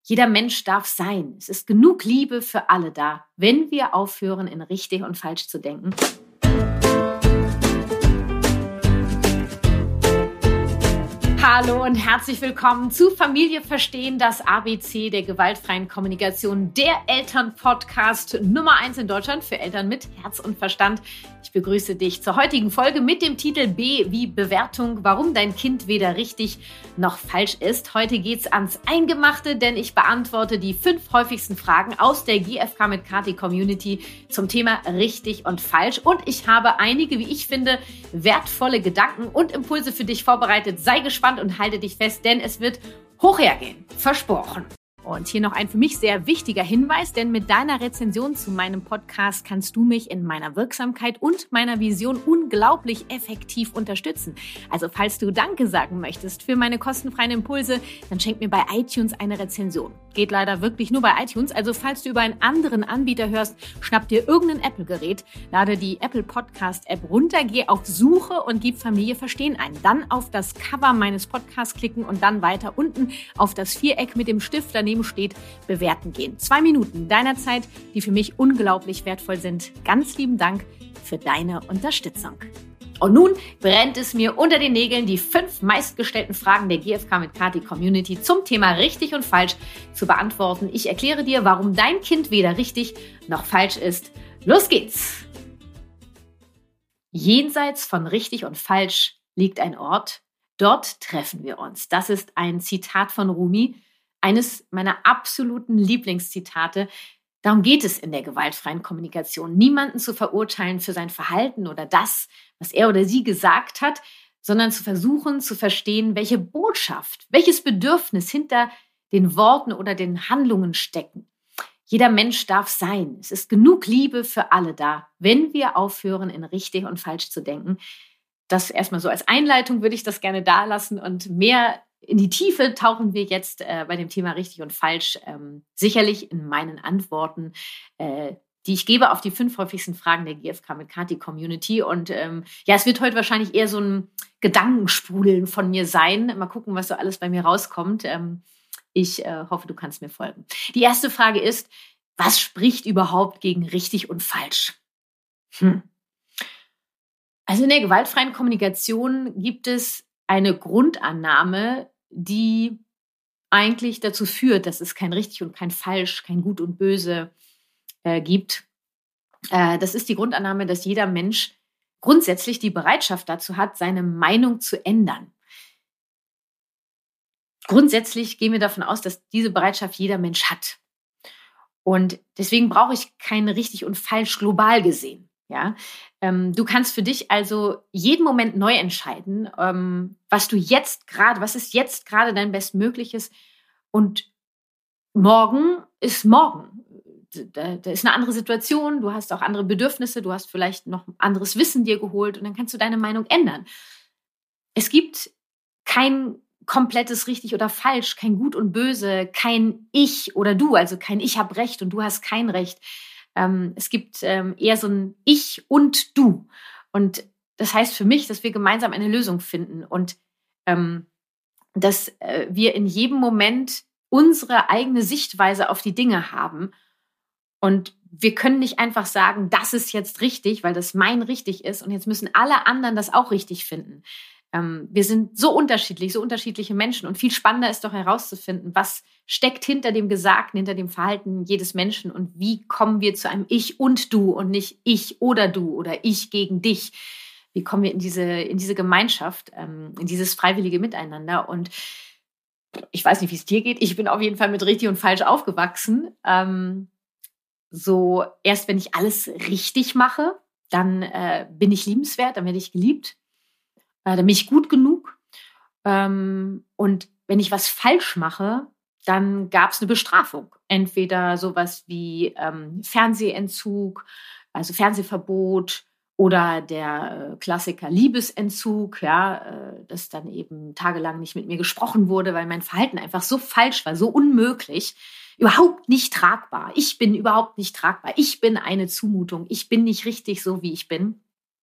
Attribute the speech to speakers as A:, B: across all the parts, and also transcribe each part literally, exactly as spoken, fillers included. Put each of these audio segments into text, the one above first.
A: Jeder Mensch darf sein. Es ist genug Liebe für alle da, wenn wir aufhören, in richtig und falsch zu denken. Hallo und herzlich willkommen zu Familie verstehen, das A B C der gewaltfreien Kommunikation, der Elternpodcast Nummer eins in Deutschland für Eltern mit Herz und Verstand. Ich begrüße dich zur heutigen Folge mit dem Titel B wie Bewertung, warum dein Kind weder richtig noch falsch ist. Heute geht's ans Eingemachte, denn ich beantworte die fünf häufigsten Fragen aus der G F K mit Kathi Community zum Thema richtig und falsch. Und ich habe einige, wie ich finde, wertvolle Gedanken und Impulse für dich vorbereitet. Sei gespannt und halte dich fest, denn es wird hoch hergehen. Versprochen. Und hier noch ein für mich sehr wichtiger Hinweis, denn mit deiner Rezension zu meinem Podcast kannst du mich in meiner Wirksamkeit und meiner Vision unglaublich effektiv unterstützen. Also falls du Danke sagen möchtest für meine kostenfreien Impulse, dann schenk mir bei iTunes eine Rezension. Geht leider wirklich nur bei iTunes, also falls du über einen anderen Anbieter hörst, schnapp dir irgendein Apple-Gerät, lade die Apple Podcast-App runter, geh auf Suche und gib Familie verstehen ein. Dann auf das Cover meines Podcasts klicken und dann weiter unten auf das Viereck mit dem Stift daneben steht, bewerten gehen. Zwei Minuten deiner Zeit, die für mich unglaublich wertvoll sind. Ganz lieben Dank für deine Unterstützung. Und nun brennt es mir unter den Nägeln, die fünf meistgestellten Fragen der G F K mit Kathi Community zum Thema richtig und falsch zu beantworten. Ich erkläre dir, warum dein Kind weder richtig noch falsch ist. Los geht's! Jenseits von richtig und falsch liegt ein Ort. Dort treffen wir uns. Das ist ein Zitat von Rumi. Eines meiner absoluten Lieblingszitate. Darum geht es in der gewaltfreien Kommunikation. Niemanden zu verurteilen für sein Verhalten oder das, was er oder sie gesagt hat, sondern zu versuchen zu verstehen, welche Botschaft, welches Bedürfnis hinter den Worten oder den Handlungen stecken. Jeder Mensch darf sein. Es ist genug Liebe für alle da, wenn wir aufhören, in richtig und falsch zu denken. Das erstmal so als Einleitung würde ich das gerne da lassen und mehr in die Tiefe tauchen wir jetzt äh, bei dem Thema richtig und falsch ähm, sicherlich in meinen Antworten, äh, die ich gebe auf die fünf häufigsten Fragen der G F K mit Kathi Community. Und ähm, ja, es wird heute wahrscheinlich eher so ein Gedankensprudeln von mir sein. Mal gucken, was so alles bei mir rauskommt. Ähm, ich äh, hoffe, du kannst mir folgen. Die erste Frage ist, was spricht überhaupt gegen richtig und falsch? Hm. Also in der gewaltfreien Kommunikation gibt es eine Grundannahme, die eigentlich dazu führt, dass es kein richtig und kein falsch, kein gut und böse äh, gibt. Äh, das ist die Grundannahme, dass jeder Mensch grundsätzlich die Bereitschaft dazu hat, seine Meinung zu ändern. Grundsätzlich gehen wir davon aus, dass diese Bereitschaft jeder Mensch hat. Und deswegen brauche ich kein richtig und falsch global gesehen. Ja, ähm, du kannst für dich also jeden Moment neu entscheiden, ähm, was du jetzt gerade, was ist jetzt gerade dein Bestmögliches und morgen ist morgen. Da, da ist eine andere Situation, du hast auch andere Bedürfnisse, du hast vielleicht noch anderes Wissen dir geholt und dann kannst du deine Meinung ändern. Es gibt kein komplettes richtig oder falsch, kein gut und böse, kein Ich oder du, also kein Ich habe Recht und du hast kein Recht. Ähm, es gibt ähm, eher so ein Ich und Du. Und das heißt für mich, dass wir gemeinsam eine Lösung finden und ähm, dass äh, wir in jedem Moment unsere eigene Sichtweise auf die Dinge haben. Und wir können nicht einfach sagen, das ist jetzt richtig, weil das mein richtig ist und jetzt müssen alle anderen das auch richtig finden. Ähm, wir sind so unterschiedlich, so unterschiedliche Menschen und viel spannender ist doch herauszufinden, was steckt hinter dem Gesagten, hinter dem Verhalten jedes Menschen und wie kommen wir zu einem Ich und Du und nicht ich oder du oder ich gegen dich. Wie kommen wir in diese, in diese Gemeinschaft, ähm, in dieses freiwillige Miteinander? Und ich weiß nicht, wie es dir geht. Ich bin auf jeden Fall mit richtig und falsch aufgewachsen. Ähm, so erst wenn ich alles richtig mache, dann äh, bin ich liebenswert, dann werde ich geliebt. Äh, dann bin ich gut genug. Ähm, und wenn ich was falsch mache, dann gab es eine Bestrafung. Entweder sowas wie ähm, Fernsehentzug, also Fernsehverbot oder der äh, Klassiker Liebesentzug, ja, äh, dass dann eben tagelang nicht mit mir gesprochen wurde, weil mein Verhalten einfach so falsch war, so unmöglich, überhaupt nicht tragbar. Ich bin überhaupt nicht tragbar. Ich bin eine Zumutung. Ich bin nicht richtig so, wie ich bin.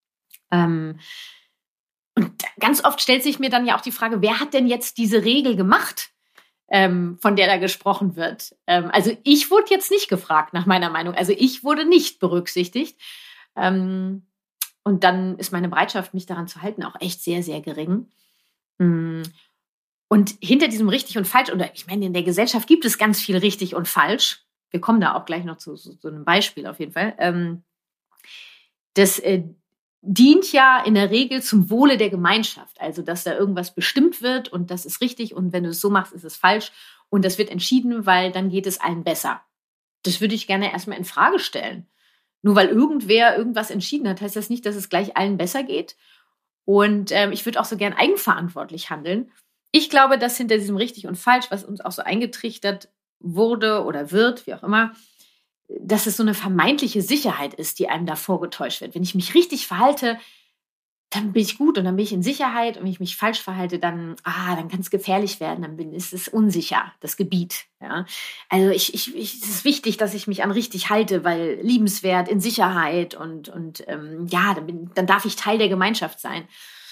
A: Ähm, und ganz oft stellt sich mir dann ja auch die Frage, wer hat denn jetzt diese Regel gemacht? ähm, von der da gesprochen wird. Ähm, also ich wurde jetzt nicht gefragt nach meiner Meinung. Also ich wurde nicht berücksichtigt. Ähm, und dann ist meine Bereitschaft, mich daran zu halten, auch echt sehr, sehr gering. Mm. Und hinter diesem richtig und falsch, oder ich meine, in der Gesellschaft gibt es ganz viel richtig und falsch. Wir kommen da auch gleich noch zu so, so einem Beispiel auf jeden Fall. Ähm, das äh, dient ja in der Regel zum Wohle der Gemeinschaft. Also, dass da irgendwas bestimmt wird und das ist richtig und wenn du es so machst, ist es falsch. Und das wird entschieden, weil dann geht es allen besser. Das würde ich gerne erstmal in Frage stellen. Nur weil irgendwer irgendwas entschieden hat, heißt das nicht, dass es gleich allen besser geht. Und ähm, ich würde auch so gern eigenverantwortlich handeln. Ich glaube, dass hinter diesem richtig und falsch, was uns auch so eingetrichtert wurde oder wird, wie auch immer, dass es so eine vermeintliche Sicherheit ist, die einem da vorgetäuscht wird. Wenn ich mich richtig verhalte, dann bin ich gut und dann bin ich in Sicherheit. Und wenn ich mich falsch verhalte, dann, ah, dann kann es gefährlich werden, dann bin, ist es unsicher, das Gebiet. Ja? Also ich, ich, ich, es ist wichtig, dass ich mich an richtig halte, weil liebenswert, in Sicherheit und, und ähm, ja, dann, bin, dann darf ich Teil der Gemeinschaft sein.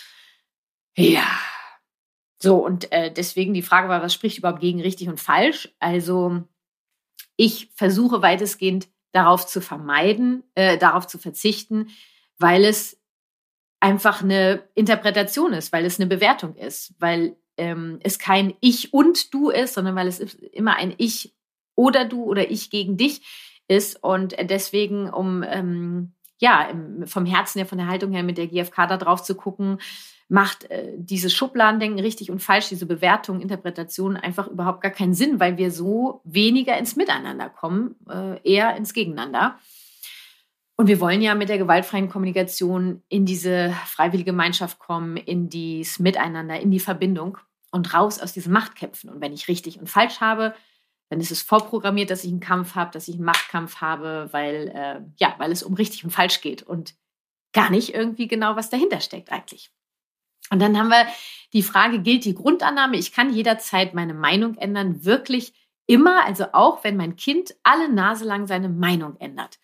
A: Ja. So, und äh, deswegen die Frage war, was spricht überhaupt gegen richtig und falsch? Also ich versuche weitestgehend darauf zu vermeiden, äh, darauf zu verzichten, weil es einfach eine Interpretation ist, weil es eine Bewertung ist, weil ähm, es kein Ich und Du ist, sondern weil es immer ein Ich oder Du oder Ich gegen dich ist. Und deswegen, um ähm, ja im, vom Herzen her, von der Haltung her mit der G F K da drauf zu gucken, macht äh, dieses Schubladendenken richtig und falsch, diese Bewertung, Interpretation einfach überhaupt gar keinen Sinn, weil wir so weniger ins Miteinander kommen, äh, eher ins Gegeneinander. Und wir wollen ja mit der gewaltfreien Kommunikation in diese freiwillige Gemeinschaft kommen, in dieses Miteinander, in die Verbindung und raus aus diesen Machtkämpfen. Und wenn ich richtig und falsch habe, dann ist es vorprogrammiert, dass ich einen Kampf habe, dass ich einen Machtkampf habe, weil, äh, ja, weil es um richtig und falsch geht und gar nicht irgendwie genau, was dahinter steckt eigentlich. Und dann haben wir die Frage, gilt die Grundannahme, ich kann jederzeit meine Meinung ändern, wirklich immer, also auch wenn mein Kind alle Nase lang seine Meinung ändert.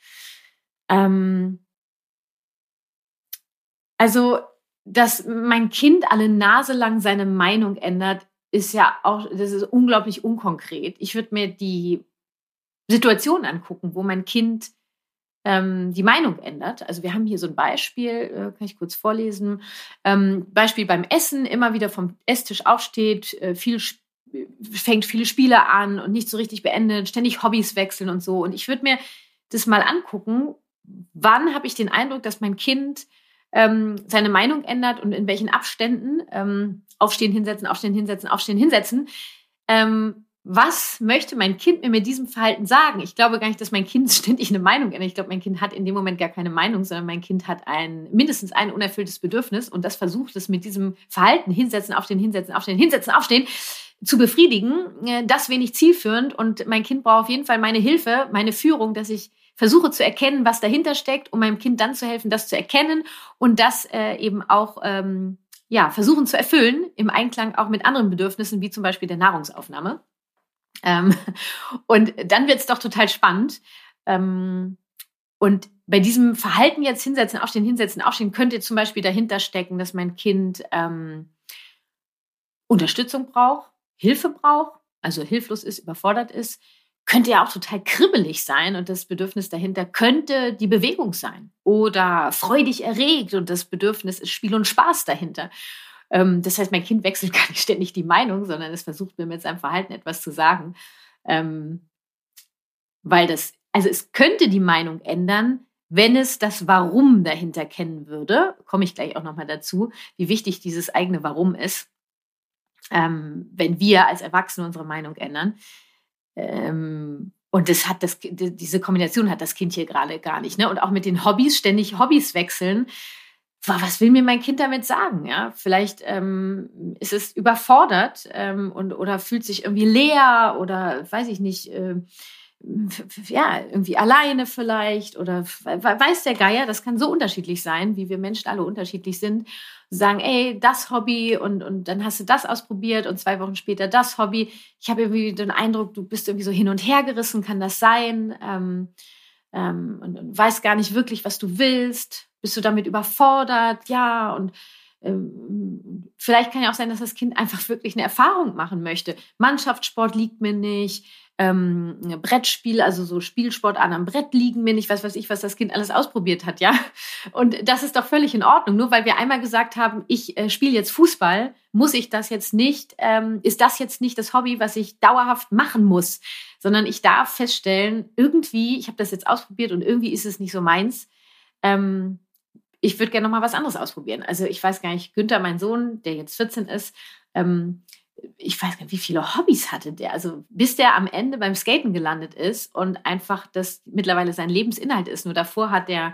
A: Ähm, also, dass mein Kind alle Nase lang seine Meinung ändert, ist ja auch, das ist unglaublich unkonkret. Ich würde mir die Situation angucken, wo mein Kind ähm, die Meinung ändert. Also wir haben hier so ein Beispiel, äh, kann ich kurz vorlesen. Ähm, Beispiel beim Essen, immer wieder vom Esstisch aufsteht, äh, viel fängt viele Spiele an und nicht so richtig beendet, ständig Hobbys wechseln und so. Und ich würde mir das mal angucken, wann habe ich den Eindruck, dass mein Kind ähm, seine Meinung ändert und in welchen Abständen, ähm, aufstehen, hinsetzen, aufstehen, hinsetzen, aufstehen, hinsetzen. Ähm, was möchte mein Kind mir mit diesem Verhalten sagen? Ich glaube gar nicht, dass mein Kind ständig eine Meinung ändert. Ich glaube, mein Kind hat in dem Moment gar keine Meinung, sondern mein Kind hat ein mindestens ein unerfülltes Bedürfnis und das versucht es mit diesem Verhalten, hinsetzen, aufstehen, hinsetzen, aufstehen, hinsetzen, aufstehen, zu befriedigen. Das wenig zielführend und mein Kind braucht auf jeden Fall meine Hilfe, meine Führung, dass ich versuche zu erkennen, was dahinter steckt, um meinem Kind dann zu helfen, das zu erkennen und das äh, eben auch ähm, ja, versuchen zu erfüllen, im Einklang auch mit anderen Bedürfnissen, wie zum Beispiel der Nahrungsaufnahme. Ähm, und dann wird es doch total spannend. Ähm, und bei diesem Verhalten jetzt hinsetzen, aufstehen, hinsetzen, aufstehen, könnte zum Beispiel dahinter stecken, dass mein Kind ähm, Unterstützung braucht, Hilfe braucht, also hilflos ist, überfordert ist, könnte ja auch total kribbelig sein und das Bedürfnis dahinter könnte die Bewegung sein oder freudig erregt und das Bedürfnis ist Spiel und Spaß dahinter. Ähm, das heißt, mein Kind wechselt gar nicht ständig die Meinung, sondern es versucht mir mit seinem Verhalten etwas zu sagen. Ähm, weil das, also es könnte die Meinung ändern, wenn es das Warum dahinter kennen würde, komme ich gleich auch nochmal dazu, wie wichtig dieses eigene Warum ist, ähm, wenn wir als Erwachsene unsere Meinung ändern. Ähm, und das hat das, diese Kombination hat das Kind hier gerade gar nicht. Ne? Und auch mit den Hobbys, ständig Hobbys wechseln. Was will mir mein Kind damit sagen? Ja, vielleicht ähm, ist es überfordert ähm, und oder fühlt sich irgendwie leer oder weiß ich nicht, äh, ja, irgendwie alleine vielleicht oder weiß der Geier, das kann so unterschiedlich sein, wie wir Menschen alle unterschiedlich sind. Sagen, ey, das Hobby und, und dann hast du das ausprobiert und zwei Wochen später das Hobby. Ich habe irgendwie den Eindruck, du bist irgendwie so hin und her gerissen, kann das sein? Ähm, ähm, und, und weißt gar nicht wirklich, was du willst. Bist du damit überfordert? Ja, und ähm, vielleicht kann ja auch sein, dass das Kind einfach wirklich eine Erfahrung machen möchte. Mannschaftssport liegt mir nicht, ähm, Brettspiel, also so Spielsport an am Brett liegen mir nicht, was weiß ich, was das Kind alles ausprobiert hat, ja. Und das ist doch völlig in Ordnung. Nur weil wir einmal gesagt haben, ich äh, spiele jetzt Fußball, muss ich das jetzt nicht, ähm, ist das jetzt nicht das Hobby, was ich dauerhaft machen muss, sondern ich darf feststellen, irgendwie, ich habe das jetzt ausprobiert und irgendwie ist es nicht so meins. Ähm, ich würde gerne noch mal was anderes ausprobieren. Also ich weiß gar nicht, Günther, mein Sohn, der jetzt vierzehn ist, ähm, ich weiß gar nicht, wie viele Hobbys hatte der. Also bis der am Ende beim Skaten gelandet ist und einfach das mittlerweile sein Lebensinhalt ist. Nur davor hat der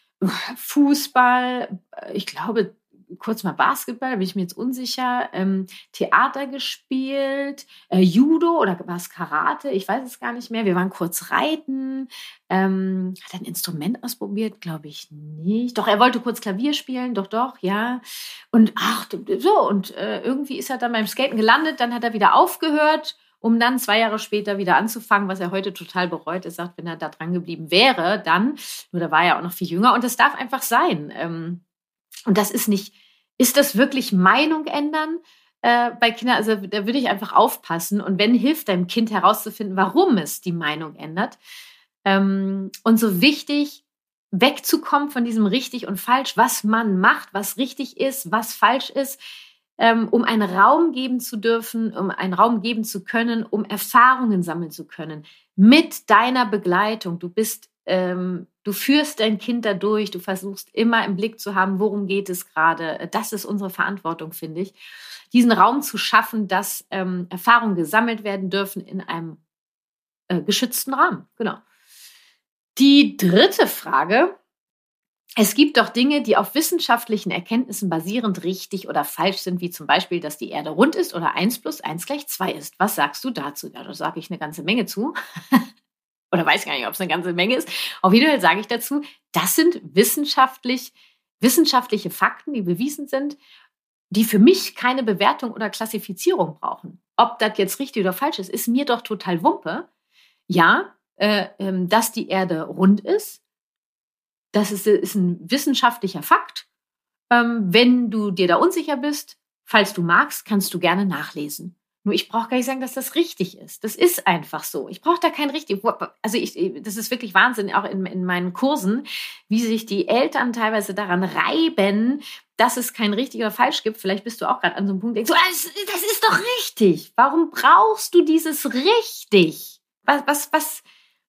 A: Fußball, ich glaube, kurz mal Basketball, bin ich mir jetzt unsicher, ähm, Theater gespielt, äh, Judo oder war es Karate? Ich weiß es gar nicht mehr. Wir waren kurz reiten. Ähm, hat er ein Instrument ausprobiert? Glaube ich nicht. Doch, er wollte kurz Klavier spielen. Doch, doch, ja. Und ach, so. Und äh, irgendwie ist er dann beim Skaten gelandet. Dann hat er wieder aufgehört, um dann zwei Jahre später wieder anzufangen, was er heute total bereut. Er sagt, wenn er da dran geblieben wäre, dann, nur da war er auch noch viel jünger. Und das darf einfach sein. Ähm, Und das ist nicht, ist das wirklich Meinung ändern äh, bei Kindern? Also da würde ich einfach aufpassen. Und wenn, hilft deinem Kind herauszufinden, warum es die Meinung ändert. Ähm, und so wichtig, wegzukommen von diesem richtig und falsch, was man macht, was richtig ist, was falsch ist, ähm, um einen Raum geben zu dürfen, um einen Raum geben zu können, um Erfahrungen sammeln zu können. Mit deiner Begleitung. Du bist Ähm, du führst dein Kind dadurch, du versuchst immer im Blick zu haben, worum geht es gerade. Das ist unsere Verantwortung, finde ich. Diesen Raum zu schaffen, dass ähm, Erfahrungen gesammelt werden dürfen in einem äh, geschützten Rahmen. Genau. Die dritte Frage. Es gibt doch Dinge, die auf wissenschaftlichen Erkenntnissen basierend richtig oder falsch sind, wie zum Beispiel, dass die Erde rund ist oder eins plus eins gleich zwei ist. Was sagst du dazu? Ja, da sage ich eine ganze Menge zu. Oder weiß gar nicht, ob es eine ganze Menge ist. Auf jeden Fall sage ich dazu, das sind wissenschaftlich, wissenschaftliche Fakten, die bewiesen sind, die für mich keine Bewertung oder Klassifizierung brauchen. Ob das jetzt richtig oder falsch ist, ist mir doch total Wumpe. Ja, äh, ähm, dass die Erde rund ist, das ist, ist ein wissenschaftlicher Fakt. Ähm, wenn du dir da unsicher bist, falls du magst, kannst du gerne nachlesen. Nur ich brauche gar nicht sagen, dass das richtig ist. Das ist einfach so. Ich brauche da kein richtig. Also ich, das ist wirklich Wahnsinn, auch in, in meinen Kursen, wie sich die Eltern teilweise daran reiben, dass es kein richtig oder falsch gibt. Vielleicht bist du auch gerade an so einem Punkt, denkst, so, das, das ist doch richtig. Warum brauchst du dieses richtig? Was, was, was?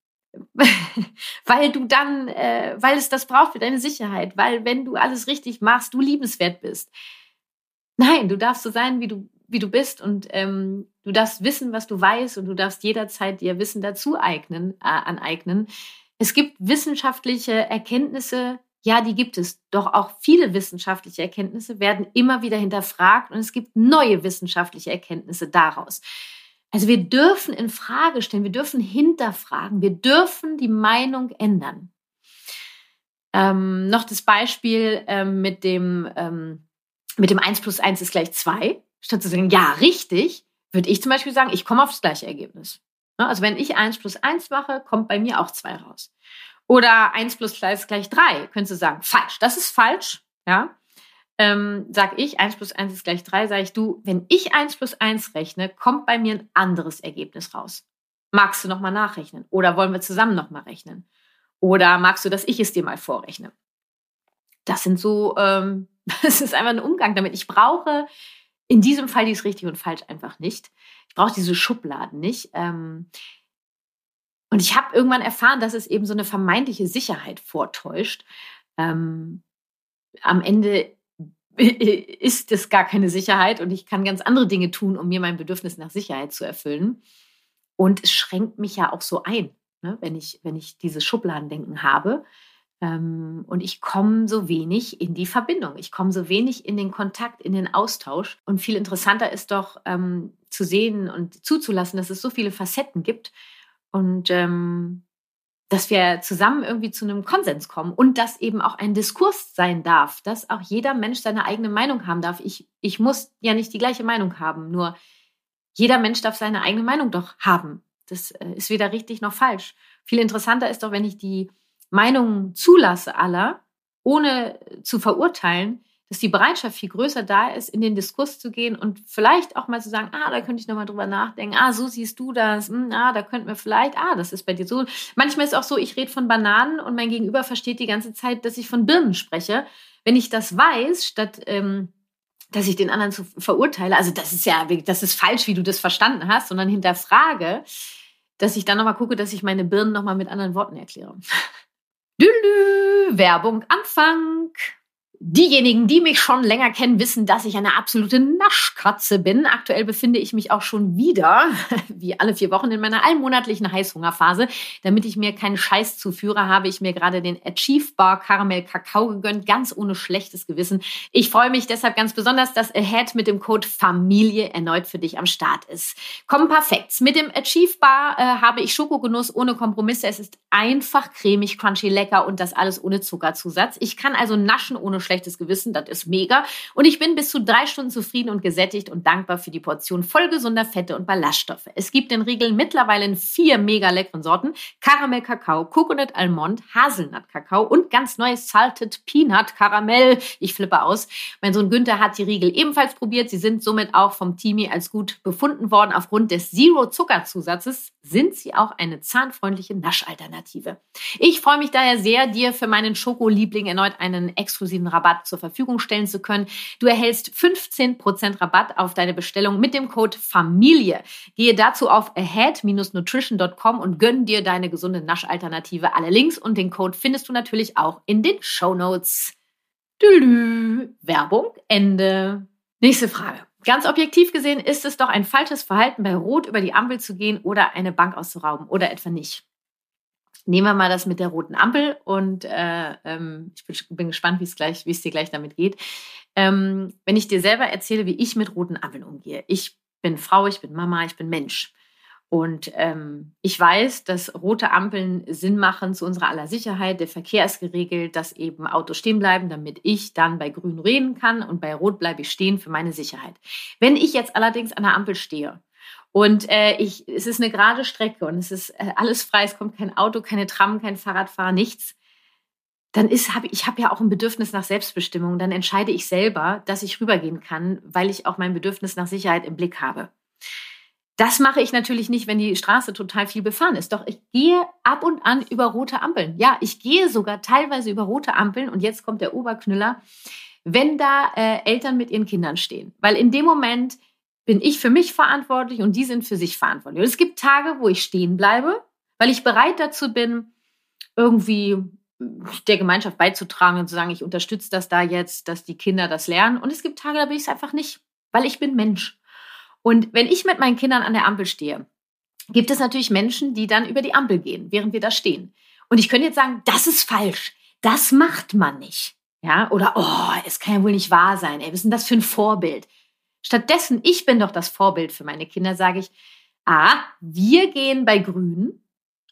A: Weil du dann, äh, weil es das braucht für deine Sicherheit. Weil wenn du alles richtig machst, du liebenswert bist. Nein, du darfst so sein, wie du wie du bist und ähm, du darfst wissen, was du weißt und du darfst jederzeit dir Wissen dazu eignen, äh, aneignen. Es gibt wissenschaftliche Erkenntnisse, ja, die gibt es, doch auch viele wissenschaftliche Erkenntnisse werden immer wieder hinterfragt und es gibt neue wissenschaftliche Erkenntnisse daraus. Also wir dürfen in Frage stellen, wir dürfen hinterfragen, wir dürfen die Meinung ändern. Ähm, noch das Beispiel ähm, mit dem ähm, mit dem eins plus eins ist gleich zwei. Statt zu sagen, ja, richtig, würde ich zum Beispiel sagen, ich komme auf das gleiche Ergebnis. Also wenn ich eins plus eins mache, kommt bei mir auch zwei raus. Oder eins plus zwei ist gleich drei. Könntest du sagen, falsch, das ist falsch. Ja? Ähm, sag ich, eins plus eins ist gleich drei, sage ich, du, wenn ich eins plus eins rechne, kommt bei mir ein anderes Ergebnis raus. Magst du nochmal nachrechnen? Oder wollen wir zusammen nochmal rechnen? Oder magst du, dass ich es dir mal vorrechne? Das sind so, ähm, das ist einfach ein Umgang damit. Ich brauche in diesem Fall dieses richtig und falsch einfach nicht. Ich brauche diese Schubladen nicht. Ähm, und ich habe irgendwann erfahren, dass es eben so eine vermeintliche Sicherheit vortäuscht. Ähm, am Ende ist es gar keine Sicherheit und ich kann ganz andere Dinge tun, um mir mein Bedürfnis nach Sicherheit zu erfüllen. Und es schränkt mich ja auch so ein, ne, wenn ich, wenn ich dieses Schubladendenken habe. Ähm, und ich komme so wenig in die Verbindung. Ich komme so wenig in den Kontakt, in den Austausch. Und viel interessanter ist doch ähm, zu sehen und zuzulassen, dass es so viele Facetten gibt und ähm, dass wir zusammen irgendwie zu einem Konsens kommen und dass eben auch ein Diskurs sein darf, dass auch jeder Mensch seine eigene Meinung haben darf. Ich, ich muss ja nicht die gleiche Meinung haben, nur jeder Mensch darf seine eigene Meinung doch haben. Das äh, ist weder richtig noch falsch. Viel interessanter ist doch, wenn ich die Meinungen zulasse aller, ohne zu verurteilen, dass die Bereitschaft viel größer da ist, in den Diskurs zu gehen und vielleicht auch mal zu sagen, ah, da könnte ich nochmal drüber nachdenken, ah, so siehst du das, hm, ah, da könnten wir vielleicht, ah, das ist bei dir so. Manchmal ist es auch so, ich rede von Bananen und mein Gegenüber versteht die ganze Zeit, dass ich von Birnen spreche. Wenn ich das weiß, statt ähm, dass ich den anderen zu verurteile, also das ist ja, das ist falsch, wie du das verstanden hast, sondern hinterfrage, dass ich dann nochmal gucke, dass ich meine Birnen nochmal mit anderen Worten erkläre. Dülü, Werbung Anfang. Diejenigen, die mich schon länger kennen, wissen, dass ich eine absolute Naschkatze bin. Aktuell befinde ich mich auch schon wieder, wie alle vier Wochen, in meiner allmonatlichen Heißhungerphase. Damit ich mir keinen Scheiß zuführe, habe ich mir gerade den Achieve Bar Karamell Kakao gegönnt, ganz ohne schlechtes Gewissen. Ich freue mich deshalb ganz besonders, dass Ahead mit dem Code Familie erneut für dich am Start ist. Kommen ein paar Facts. Mit dem Achieve Bar äh, habe ich Schokogenuss ohne Kompromisse. Es ist einfach cremig, crunchy, lecker und das alles ohne Zuckerzusatz. Ich kann also naschen ohne schlechtes Gewissen, das ist mega. Und ich bin bis zu drei Stunden zufrieden und gesättigt und dankbar für die Portion voll gesunder Fette und Ballaststoffe. Es gibt den Riegel mittlerweile in vier mega leckeren Sorten. Karamell Kakao, Coconut Almond, Haselnut Kakao und ganz neues Salted Peanut Karamell. Ich flippe aus. Mein Sohn Günther hat die Riegel ebenfalls probiert. Sie sind somit auch vom Teamie als gut befunden worden. Aufgrund des Zero-Zuckerzusatzes sind sie auch eine zahnfreundliche Naschalternative. Ich freue mich daher sehr, dir für meinen Schokoliebling erneut einen exklusiven Rabatt zur Verfügung stellen zu können. Du erhältst fünfzehn Prozent Rabatt auf deine Bestellung mit dem Code Familie. Gehe dazu auf ahead dash nutrition dot com und gönn dir deine gesunde Naschalternative. Alle Links und den Code findest du natürlich auch in den Shownotes. Tülü. Werbung Ende. Nächste Frage. Ganz objektiv gesehen ist es doch ein falsches Verhalten, bei Rot über die Ampel zu gehen oder eine Bank auszurauben oder etwa nicht. Nehmen wir mal das mit der roten Ampel und äh, ähm, ich bin, bin gespannt, wie es gleich, wie es dir gleich damit geht. Ähm, wenn ich dir selber erzähle, wie ich mit roten Ampeln umgehe. Ich bin Frau, ich bin Mama, ich bin Mensch. Und ähm, ich weiß, dass rote Ampeln Sinn machen zu unserer aller Sicherheit. Der Verkehr ist geregelt, dass eben Autos stehen bleiben, damit ich dann bei Grün reden kann und bei Rot bleibe ich stehen für meine Sicherheit. Wenn ich jetzt allerdings an der Ampel stehe und äh, ich, es ist eine gerade Strecke und es ist äh, alles frei, es kommt kein Auto, keine Tram, kein Fahrradfahrer, nichts, dann ist, hab, ich habe ja auch ein Bedürfnis nach Selbstbestimmung. Dann entscheide ich selber, dass ich rübergehen kann, weil ich auch mein Bedürfnis nach Sicherheit im Blick habe. Das mache ich natürlich nicht, wenn die Straße total viel befahren ist. Doch ich gehe ab und an über rote Ampeln. Ja, ich gehe sogar teilweise über rote Ampeln. Und jetzt kommt der Oberknüller, wenn da äh, Eltern mit ihren Kindern stehen. Weil in dem Moment bin ich für mich verantwortlich und die sind für sich verantwortlich. Und es gibt Tage, wo ich stehen bleibe, weil ich bereit dazu bin, irgendwie der Gemeinschaft beizutragen und zu sagen, ich unterstütze das da jetzt, dass die Kinder das lernen. Und es gibt Tage, da bin ich es einfach nicht, weil ich bin Mensch. Und wenn ich mit meinen Kindern an der Ampel stehe, gibt es natürlich Menschen, die dann über die Ampel gehen, während wir da stehen. Und ich könnte jetzt sagen, das ist falsch. Das macht man nicht. Ja, oder, oh, es kann ja wohl nicht wahr sein. Ey, was ist denn das für ein Vorbild? Stattdessen, ich bin doch das Vorbild für meine Kinder, sage ich, ah, wir gehen bei Grün,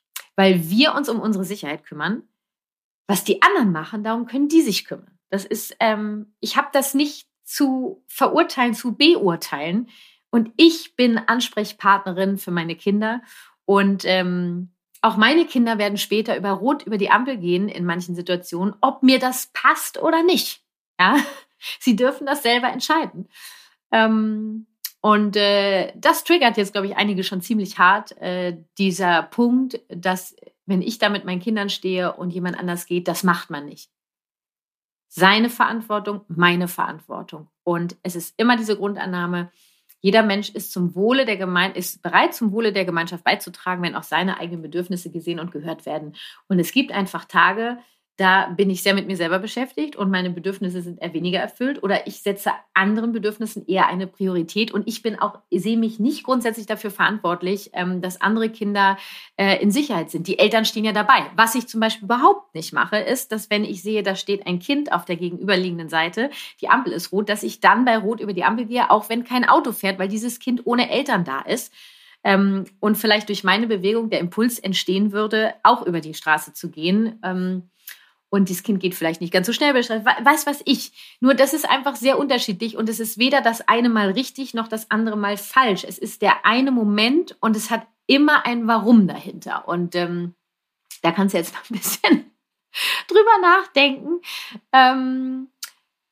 A: weil wir uns um unsere Sicherheit kümmern. Was die anderen machen, darum können die sich kümmern. Das ist, ähm, ich habe das nicht zu verurteilen, zu beurteilen. Und ich bin Ansprechpartnerin für meine Kinder. Und ähm, auch meine Kinder werden später über Rot über die Ampel gehen in manchen Situationen, ob mir das passt oder nicht. Ja, sie dürfen das selber entscheiden. Ähm, und äh, das triggert jetzt, glaube ich, einige schon ziemlich hart. Äh, dieser Punkt, dass wenn ich da mit meinen Kindern stehe und jemand anders geht, das macht man nicht. Seine Verantwortung, meine Verantwortung. Und es ist immer diese Grundannahme, jeder Mensch ist zum Wohle der Gemein- ist bereit, zum Wohle der Gemeinschaft beizutragen, wenn auch seine eigenen Bedürfnisse gesehen und gehört werden. Und es gibt einfach Tage, da bin ich sehr mit mir selber beschäftigt und meine Bedürfnisse sind eher weniger erfüllt oder ich setze anderen Bedürfnissen eher eine Priorität und ich bin auch, sehe mich nicht grundsätzlich dafür verantwortlich, ähm, dass andere Kinder äh, in Sicherheit sind. Die Eltern stehen ja dabei. Was ich zum Beispiel überhaupt nicht mache, ist, dass wenn ich sehe, da steht ein Kind auf der gegenüberliegenden Seite, die Ampel ist rot, dass ich dann bei Rot über die Ampel gehe, auch wenn kein Auto fährt, weil dieses Kind ohne Eltern da ist. Ähm, und vielleicht durch meine Bewegung der Impuls entstehen würde, auch über die Straße zu gehen. Ähm, Und das Kind geht vielleicht nicht ganz so schnell, weiß was ich. Nur das ist einfach sehr unterschiedlich und es ist weder das eine Mal richtig noch das andere Mal falsch. Es ist der eine Moment und es hat immer ein Warum dahinter. Und ähm, da kannst du jetzt noch ein bisschen drüber nachdenken. Ähm,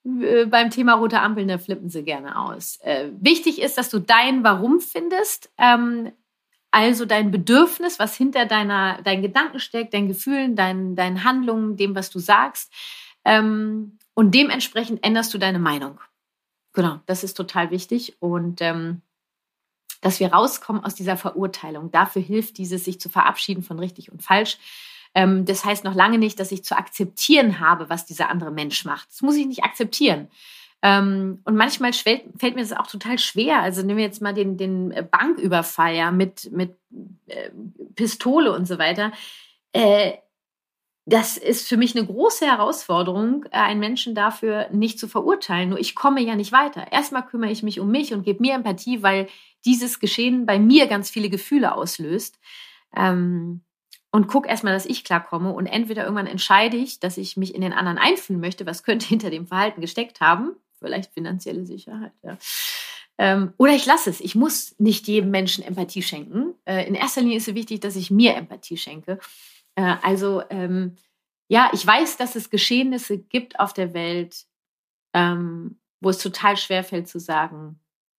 A: äh, beim Thema rote Ampeln, da flippen sie gerne aus. Äh, wichtig ist, dass du dein Warum findest, ähm, also dein Bedürfnis, was hinter deiner, deinen Gedanken steckt, deinen Gefühlen, deinen, deinen Handlungen, dem, was du sagst. Ähm, und dementsprechend änderst du deine Meinung. Genau, das ist total wichtig. Und ähm, dass wir rauskommen aus dieser Verurteilung. Dafür hilft dieses, sich zu verabschieden von richtig und falsch. Ähm, das heißt noch lange nicht, dass ich zu akzeptieren habe, was dieser andere Mensch macht. Das muss ich nicht akzeptieren. Ähm, und manchmal fällt, fällt mir das auch total schwer. Also nehmen wir jetzt mal den, den Banküberfall, ja, mit, mit äh, Pistole und so weiter. Äh, das ist für mich eine große Herausforderung, einen Menschen dafür nicht zu verurteilen. Nur ich komme ja nicht weiter. Erstmal kümmere ich mich um mich und gebe mir Empathie, weil dieses Geschehen bei mir ganz viele Gefühle auslöst. Ähm, und gucke erstmal, dass ich klarkomme. Und entweder irgendwann entscheide ich, dass ich mich in den anderen einfühlen möchte, was könnte hinter dem Verhalten gesteckt haben. Vielleicht finanzielle Sicherheit, ja. Ähm, oder ich lasse es. Ich muss nicht jedem Menschen Empathie schenken. Äh, in erster Linie ist es wichtig, dass ich mir Empathie schenke. Äh, also, ähm, ja, ich weiß, dass es Geschehnisse gibt auf der Welt, ähm, wo es total schwerfällt zu sagen,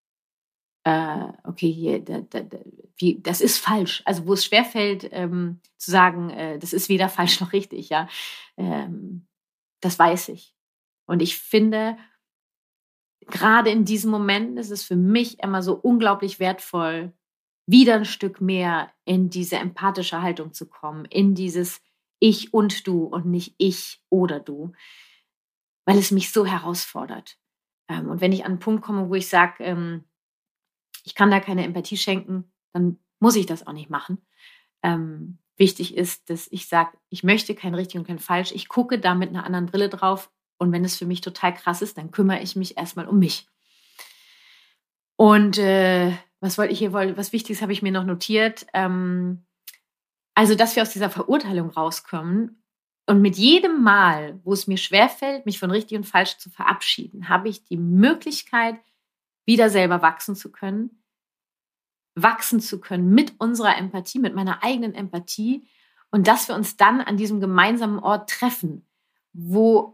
A: äh, okay, hier, da, da, da, wie, das ist falsch. Also, wo es schwerfällt, ähm, zu sagen, äh, das ist weder falsch noch richtig, ja. Ähm, das weiß ich. Und ich finde, gerade in diesem Moment ist es für mich immer so unglaublich wertvoll, wieder ein Stück mehr in diese empathische Haltung zu kommen, in dieses Ich und Du und nicht ich oder du, weil es mich so herausfordert. Ähm, und wenn ich an einen Punkt komme, wo ich sage, ähm, ich kann da keine Empathie schenken, dann muss ich das auch nicht machen. Ähm, wichtig ist, dass ich sage, ich möchte kein richtig und kein falsch. Ich gucke da mit einer anderen Brille drauf. Und wenn es für mich total krass ist, dann kümmere ich mich erstmal um mich. Und äh, was wollte ich hier, was Wichtiges habe ich mir noch notiert. Ähm, also, dass wir aus dieser Verurteilung rauskommen. Und mit jedem Mal, wo es mir schwerfällt, mich von richtig und falsch zu verabschieden, habe ich die Möglichkeit, wieder selber wachsen zu können. Wachsen zu können mit unserer Empathie, mit meiner eigenen Empathie. Und dass wir uns dann an diesem gemeinsamen Ort treffen, wo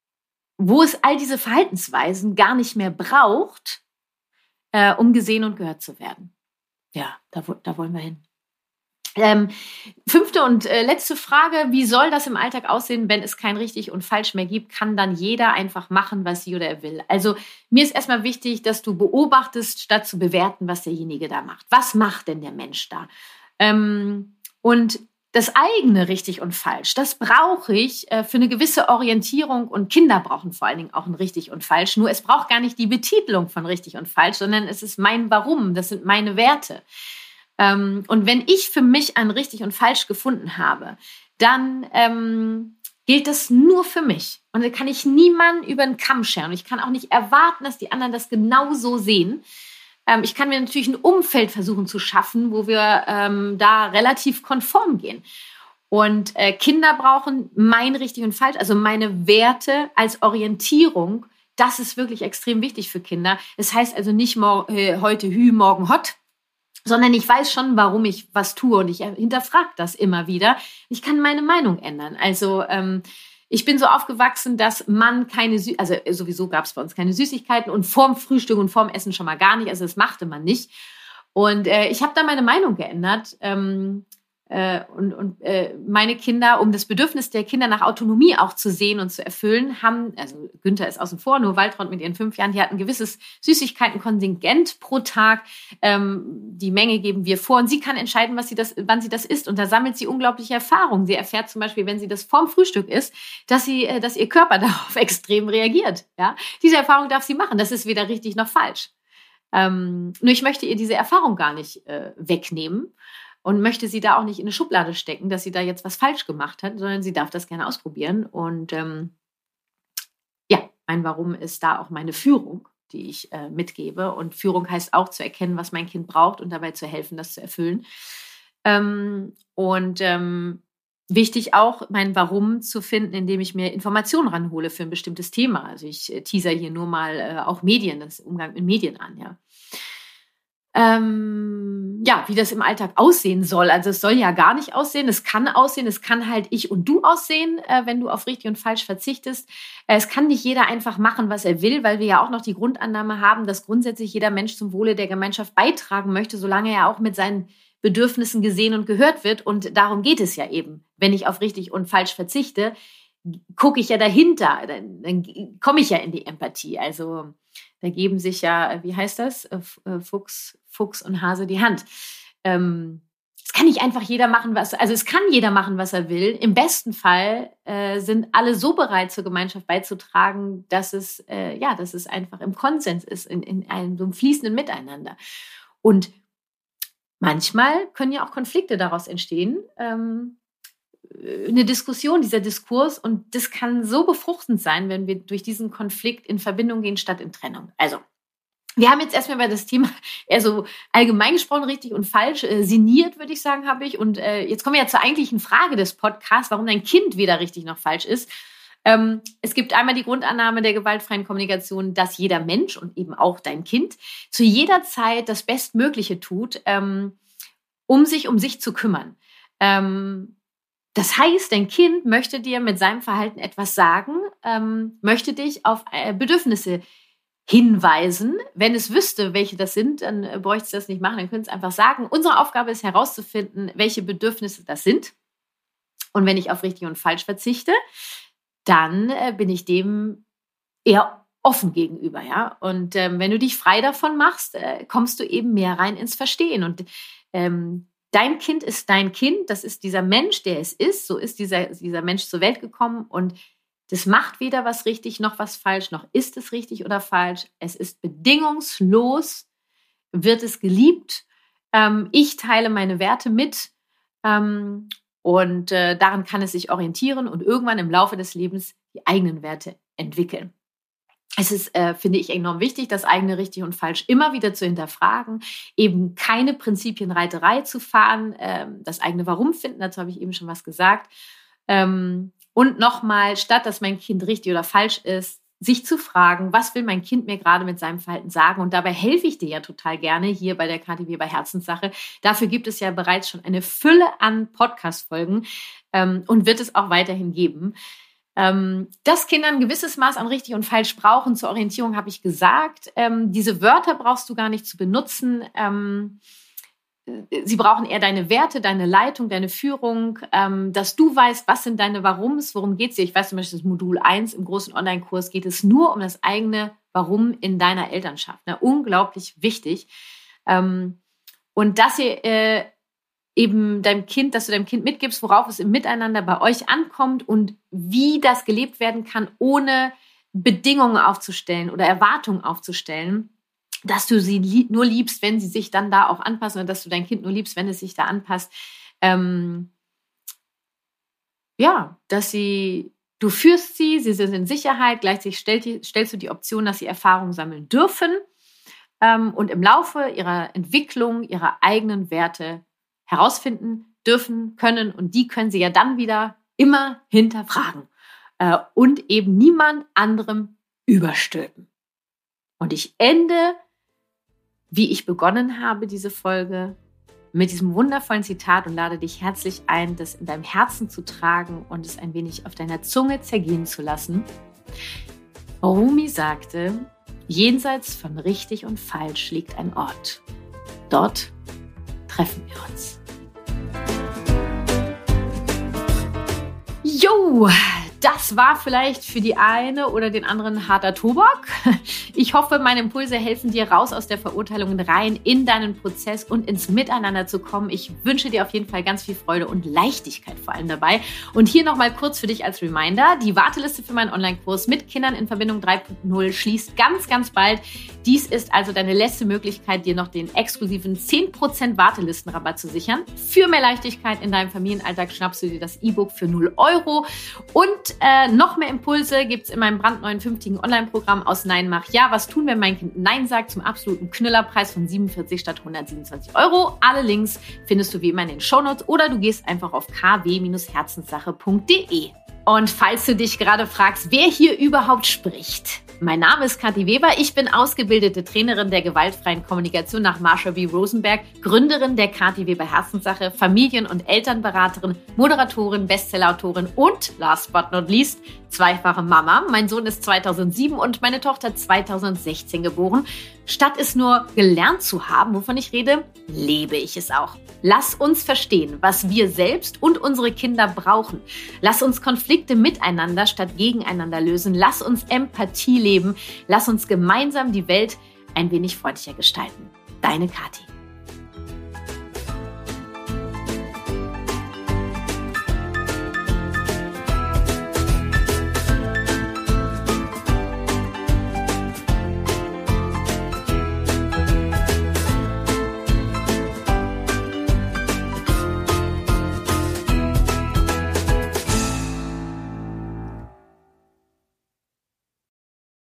A: wo es all diese Verhaltensweisen gar nicht mehr braucht, äh, um gesehen und gehört zu werden. Ja, da, da wollen wir hin. Ähm, fünfte und äh, letzte Frage, wie soll das im Alltag aussehen, wenn es kein richtig und falsch mehr gibt? Kann dann jeder einfach machen, was sie oder er will? Also mir ist erstmal wichtig, dass du beobachtest, statt zu bewerten, was derjenige da macht. Was macht denn der Mensch da? Ähm, und das eigene richtig und falsch, das brauche ich äh, für eine gewisse Orientierung, und Kinder brauchen vor allen Dingen auch ein richtig und falsch. Nur es braucht gar nicht die Betitelung von richtig und falsch, sondern es ist mein Warum, das sind meine Werte. Ähm, und wenn ich für mich ein richtig und falsch gefunden habe, dann ähm, gilt das nur für mich. Und da kann ich niemanden über den Kamm scheren. Ich kann auch nicht erwarten, dass die anderen das genauso sehen. Ähm, ich kann mir natürlich ein Umfeld versuchen zu schaffen, wo wir ähm, da relativ konform gehen. Und äh, Kinder brauchen mein richtig und falsch, also meine Werte als Orientierung. Das ist wirklich extrem wichtig für Kinder. Das heißt also nicht mor- äh, heute Hü, morgen Hott, sondern ich weiß schon, warum ich was tue, und ich hinterfrage das immer wieder. Ich kann meine Meinung ändern. Also ähm, ich bin so aufgewachsen, dass man keine, Sü- also sowieso gab es bei uns keine Süßigkeiten und vorm Frühstück und vorm Essen schon mal gar nicht. Also das machte man nicht. Und äh, ich habe da meine Meinung geändert. Ähm, äh, und und äh, meine Kinder, um das Bedürfnis der Kinder nach Autonomie auch zu sehen und zu erfüllen, haben, also Günther ist außen vor, nur Waltraud mit ihren fünf Jahren, die hat ein gewisses Süßigkeitenkontingent pro Tag. Ähm, die Menge geben wir vor, und sie kann entscheiden, was sie das, wann sie das isst. Und da sammelt sie unglaubliche Erfahrungen. Sie erfährt zum Beispiel, wenn sie das vorm Frühstück isst, dass sie, äh, dass ihr Körper darauf extrem reagiert. Ja? Diese Erfahrung darf sie machen. Das ist weder richtig noch falsch. Ähm, nur ich möchte ihr diese Erfahrung gar nicht äh, wegnehmen und möchte sie da auch nicht in eine Schublade stecken, dass sie da jetzt was falsch gemacht hat, sondern sie darf das gerne ausprobieren. Und ähm, ja, mein Warum ist da auch meine Führung, die ich äh, mitgebe. Und Führung heißt auch zu erkennen, was mein Kind braucht und dabei zu helfen, das zu erfüllen. Ähm, und ähm, wichtig auch, mein Warum zu finden, indem ich mir Informationen ranhole für ein bestimmtes Thema. Also ich äh, teaser hier nur mal äh, auch Medien, das Umgang mit Medien an, ja. ähm, ja, wie das im Alltag aussehen soll. Also es soll ja gar nicht aussehen. Es kann aussehen. Es kann halt ich und du aussehen, äh, wenn du auf richtig und falsch verzichtest. Äh, es kann nicht jeder einfach machen, was er will, weil wir ja auch noch die Grundannahme haben, dass grundsätzlich jeder Mensch zum Wohle der Gemeinschaft beitragen möchte, solange er auch mit seinen Bedürfnissen gesehen und gehört wird. Und darum geht es ja eben. Wenn ich auf richtig und falsch verzichte, gucke ich ja dahinter. Dann, dann komme ich ja in die Empathie. Also da geben sich ja, wie heißt das? Fuchs, Fuchs und Hase die Hand. Ähm, es kann nicht einfach jeder machen, was, also es kann jeder machen, was er will. Im besten Fall äh, sind alle so bereit, zur Gemeinschaft beizutragen, dass es, äh, ja, dass es einfach im Konsens ist, in, in einem so einem fließenden Miteinander. Und manchmal können ja auch Konflikte daraus entstehen. Ähm, eine Diskussion, dieser Diskurs, und das kann so befruchtend sein, wenn wir durch diesen Konflikt in Verbindung gehen, statt in Trennung. Also, wir haben jetzt erstmal über das Thema eher so allgemein gesprochen, richtig und falsch, äh, sinniert, würde ich sagen, habe ich. Und äh, jetzt kommen wir ja zur eigentlichen Frage des Podcasts, warum dein Kind weder richtig noch falsch ist. Ähm, es gibt einmal die Grundannahme der gewaltfreien Kommunikation, dass jeder Mensch und eben auch dein Kind zu jeder Zeit das Bestmögliche tut, ähm, um sich um sich zu kümmern. Ähm, Das heißt, dein Kind möchte dir mit seinem Verhalten etwas sagen, ähm, möchte dich auf äh, Bedürfnisse hinweisen. Wenn es wüsste, welche das sind, dann äh, bräuchte es das nicht machen, dann könnte es einfach sagen. Unsere Aufgabe ist herauszufinden, welche Bedürfnisse das sind. Und wenn ich auf richtig und falsch verzichte, dann äh, bin ich dem eher offen gegenüber. Ja? Und ähm, wenn du dich frei davon machst, äh, kommst du eben mehr rein ins Verstehen. Und ähm, Dein Kind ist dein Kind, das ist dieser Mensch, der es ist. So ist dieser, dieser Mensch zur Welt gekommen und das macht weder was richtig noch was falsch, noch ist es richtig oder falsch. Es ist bedingungslos, wird es geliebt. Ähm, ich teile meine Werte mit ähm, und äh, daran kann es sich orientieren und irgendwann im Laufe des Lebens die eigenen Werte entwickeln. Es ist, äh, finde ich, enorm wichtig, das eigene richtig und falsch immer wieder zu hinterfragen, eben keine Prinzipienreiterei zu fahren, ähm, das eigene Warum finden, dazu habe ich eben schon was gesagt. Ähm, und nochmal, statt dass mein Kind richtig oder falsch ist, sich zu fragen, was will mein Kind mir gerade mit seinem Verhalten sagen? Und dabei helfe ich dir ja total gerne hier bei der K T W bei Herzenssache. Dafür gibt es ja bereits schon eine Fülle an Podcast-Folgen ähm, und wird es auch weiterhin geben. Ähm, dass Kinder ein gewisses Maß an richtig und falsch brauchen, zur Orientierung habe ich gesagt. Ähm, diese Wörter brauchst du gar nicht zu benutzen. Ähm, sie brauchen eher deine Werte, deine Leitung, deine Führung, ähm, dass du weißt, was sind deine Warums, worum geht es dir. Ich weiß zum Beispiel, das Modul eins im großen Online-Kurs geht es nur um das eigene Warum in deiner Elternschaft. Na, unglaublich wichtig. Ähm, und dass ihr äh, eben deinem Kind, dass du deinem Kind mitgibst, worauf es im Miteinander bei euch ankommt und wie das gelebt werden kann, ohne Bedingungen aufzustellen oder Erwartungen aufzustellen, dass du sie li- nur liebst, wenn sie sich dann da auch anpassen oder dass du dein Kind nur liebst, wenn es sich da anpasst. Ähm, ja, dass sie, du führst sie, sie sind in Sicherheit, gleichzeitig stell, stellst du die Option, dass sie Erfahrungen sammeln dürfen ähm, und im Laufe ihrer Entwicklung ihrer eigenen Werte herausfinden dürfen können und die können sie ja dann wieder immer hinterfragen äh, und eben niemand anderem überstülpen. Und ich ende, wie ich begonnen habe, diese Folge mit diesem wundervollen Zitat und lade dich herzlich ein, das in deinem Herzen zu tragen und es ein wenig auf deiner Zunge zergehen zu lassen. Rumi sagte, jenseits von richtig und falsch liegt ein Ort. Dort treffen wir uns. Jo, das war vielleicht für die eine oder den anderen harter Tobak. Ich hoffe, meine Impulse helfen dir raus aus der Verurteilung rein in deinen Prozess und ins Miteinander zu kommen. Ich wünsche dir auf jeden Fall ganz viel Freude und Leichtigkeit vor allem dabei. Und hier nochmal kurz für dich als Reminder, die Warteliste für meinen Online-Kurs mit Kindern in Verbindung drei Punkt null schließt ganz, ganz bald. Dies ist also deine letzte Möglichkeit, dir noch den exklusiven zehn Prozent Wartelistenrabatt zu sichern. Für mehr Leichtigkeit in deinem Familienalltag schnappst du dir das E-Book für null Euro. Und äh, noch mehr Impulse gibt es in meinem brandneuen fünftigen Online-Programm aus Nein mach ja. Was tun, wenn mein Kind Nein sagt, zum absoluten Knüllerpreis von siebenundvierzig statt hundertsiebenundzwanzig Euro. Alle Links findest du wie immer in den Shownotes oder du gehst einfach auf k w Bindestrich herzenssache punkt d e. Und falls du dich gerade fragst, wer hier überhaupt spricht. Mein Name ist Kathi Weber, ich bin ausgebildete Trainerin der gewaltfreien Kommunikation nach Marsha B. Rosenberg, Gründerin der Kathi Weber Herzenssache, Familien- und Elternberaterin, Moderatorin, Bestsellerautorin und, last but not least, zweifache Mama. Mein Sohn ist zweitausendsieben und meine Tochter zweitausendsechzehn geboren. Statt es nur gelernt zu haben, wovon ich rede, lebe ich es auch. Lass uns verstehen, was wir selbst und unsere Kinder brauchen. Lass uns Konflikte miteinander statt gegeneinander lösen. Lass uns Empathie leben. Lass uns gemeinsam die Welt ein wenig freundlicher gestalten. Deine Kathi.